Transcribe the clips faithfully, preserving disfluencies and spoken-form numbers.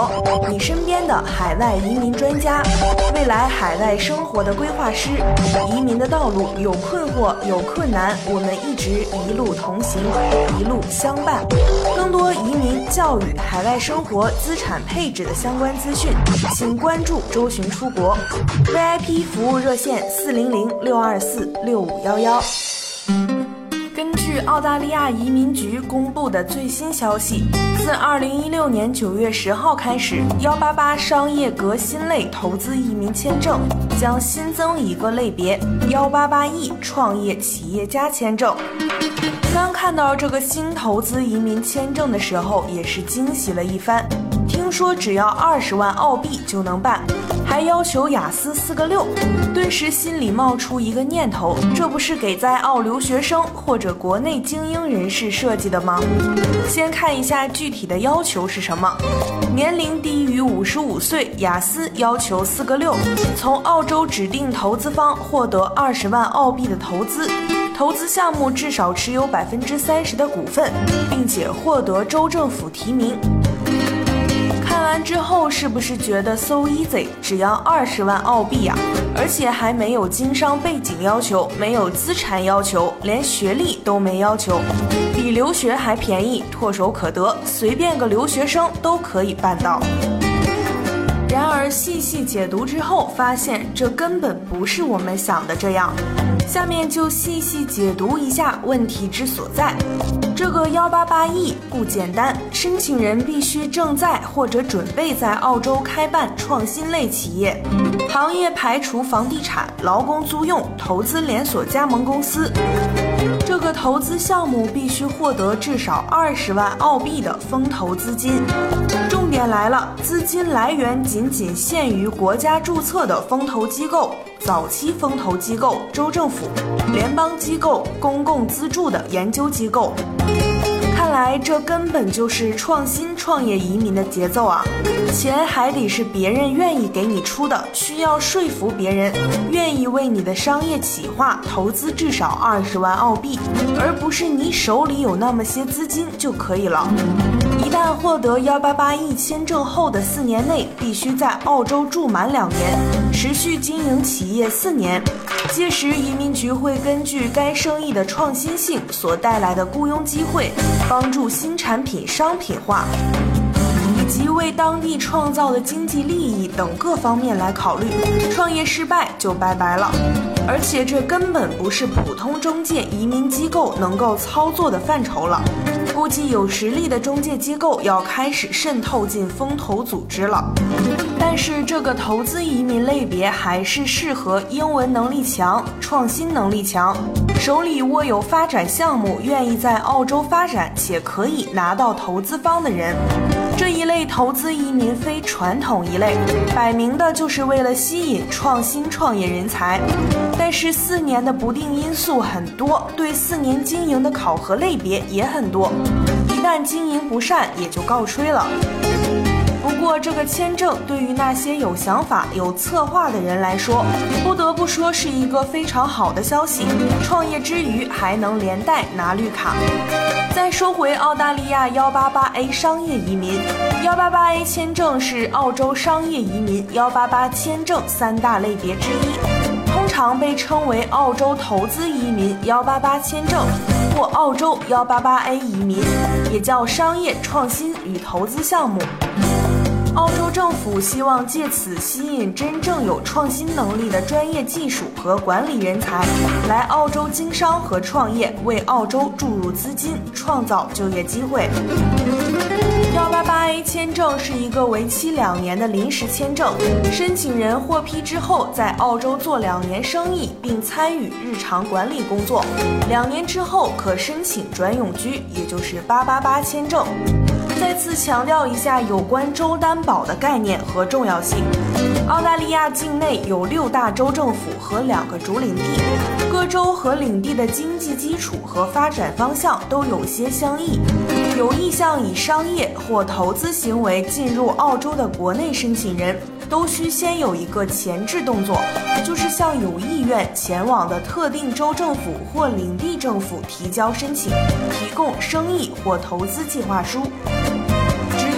潮，你身边的海外移民专家，未来海外生活的规划师。移民的道路有困惑有困难，我们一直一路同行，一路相伴。更多移民、教育、海外生活、资产配置的相关资讯，请关注周巡出国 V I P 服务热线四零零六二四六五幺幺。根据澳大利亚移民局公布的最新消息，自二零一六年九月十号开始，一八八商业革新类投资移民签证将新增一个类别一八八 E 创业企业家签证。刚看到这个新投资移民签证的时候，也是惊喜了一番。听说只要二十万澳币就能办，还要求雅思四个六，顿时心里冒出一个念头，这不是给在澳留学生或者国内精英人士设计的吗？先看一下具体的要求是什么：年龄低于五十五岁，雅思要求四个六，从澳洲指定投资方获得二十万澳币的投资。投资项目至少持有百分之三十的股份，并且获得州政府提名。看完之后是不是觉得 so easy， 只要二十万澳币啊，而且还没有经商背景要求，没有资产要求，连学历都没要求，比留学还便宜，唾手可得，随便个留学生都可以办到。然而细细解读之后，发现这根本不是我们想的这样。下面就细细解读一下问题之所在。这个一八八 E 不简单，申请人必须正在或者准备在澳洲开办创新类企业，行业排除房地产、劳工租用、投资连锁加盟公司。这个投资项目必须获得至少二十万澳币的风投资金。重点来了，资金来源仅仅限于国家注册的风投机构、早期风投机构、州政府、联邦机构、公共资助的研究机构。看来这根本就是创新创业移民的节奏啊！钱还得是别人愿意给你出的，需要说服别人愿意为你的商业企划投资至少二十万澳币，而不是你手里有那么些资金就可以了。一旦获得一八八 E 签证后的四年内，必须在澳洲住满两年，持续经营企业四年。届时移民局会根据该生意的创新性所带来的雇佣机会，帮助新产品商品化，以及为当地创造的经济利益等各方面来考虑。创业失败就拜拜了。而且这根本不是普通中介移民机构能够操作的范畴了，估计有实力的中介机构要开始渗透进风投组织了。但是这个投资移民类别还是适合英文能力强、创新能力强，手里握有发展项目，愿意在澳洲发展且可以拿到投资方的人。这一类投资移民非传统一类，摆明的就是为了吸引创新创业人才。但是四年的不定因素很多，对四年经营的考核类别也很多，一旦经营不善也就告吹了。不过这个签证对于那些有想法、有策划的人来说，不得不说是一个非常好的消息。创业之余还能连带拿绿卡。再说回澳大利亚一八八 A 商业移民，一八八 A 签证是澳洲商业移民一八八签证三大类别之一，通常被称为澳洲投资移民一八八签证或澳洲一八八 A 移民，也叫商业创新与投资项目。澳洲政府希望借此吸引真正有创新能力的专业技术和管理人才来澳洲经商和创业，为澳洲注入资金，创造就业机会。一八八 A 签证是一个为期两年的临时签证，申请人获批之后在澳洲做两年生意，并参与日常管理工作，两年之后可申请转永居，也就是八八八签证。再次强调一下有关州担保的概念和重要性。澳大利亚境内有六大州政府和两个主领地，各州和领地的经济基础和发展方向都有些相异。有意向以商业或投资行为进入澳洲的国内申请人，都需先有一个前置动作，就是向有意愿前往的特定州政府或领地政府提交申请，提供生意或投资计划书。只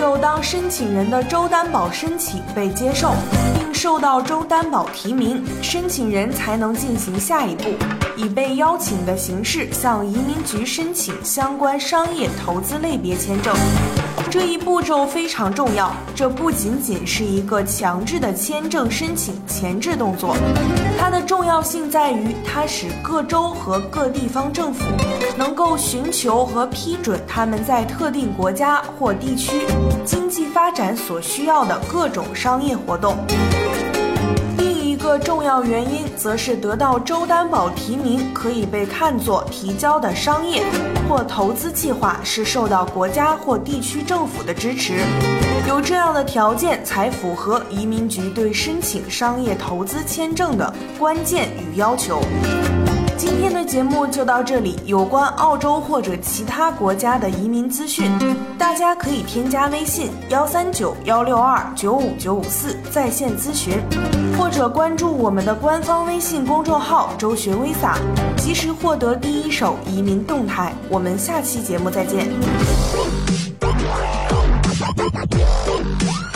有当申请人的州担保申请被接受，并受到州担保提名，申请人才能进行下一步，以被邀请的形式向移民局申请相关商业投资类别签证。这一步骤非常重要，这不仅仅是一个强制的签证申请前置动作，它的重要性在于它使各州和各地方政府能够寻求和批准他们在特定国家或地区经济发展所需要的各种商业活动。一个重要原因则是得到州担保提名可以被看作提交的商业或投资计划是受到国家或地区政府的支持，有这样的条件才符合移民局对申请商业投资签证的关键与要求。今天的节目就到这里，有关澳洲或者其他国家的移民资讯，大家可以添加微信幺三九幺六二九五九五四在线咨询，或者关注我们的官方微信公众号周学 Visa， 及时获得第一手移民动态。我们下期节目再见。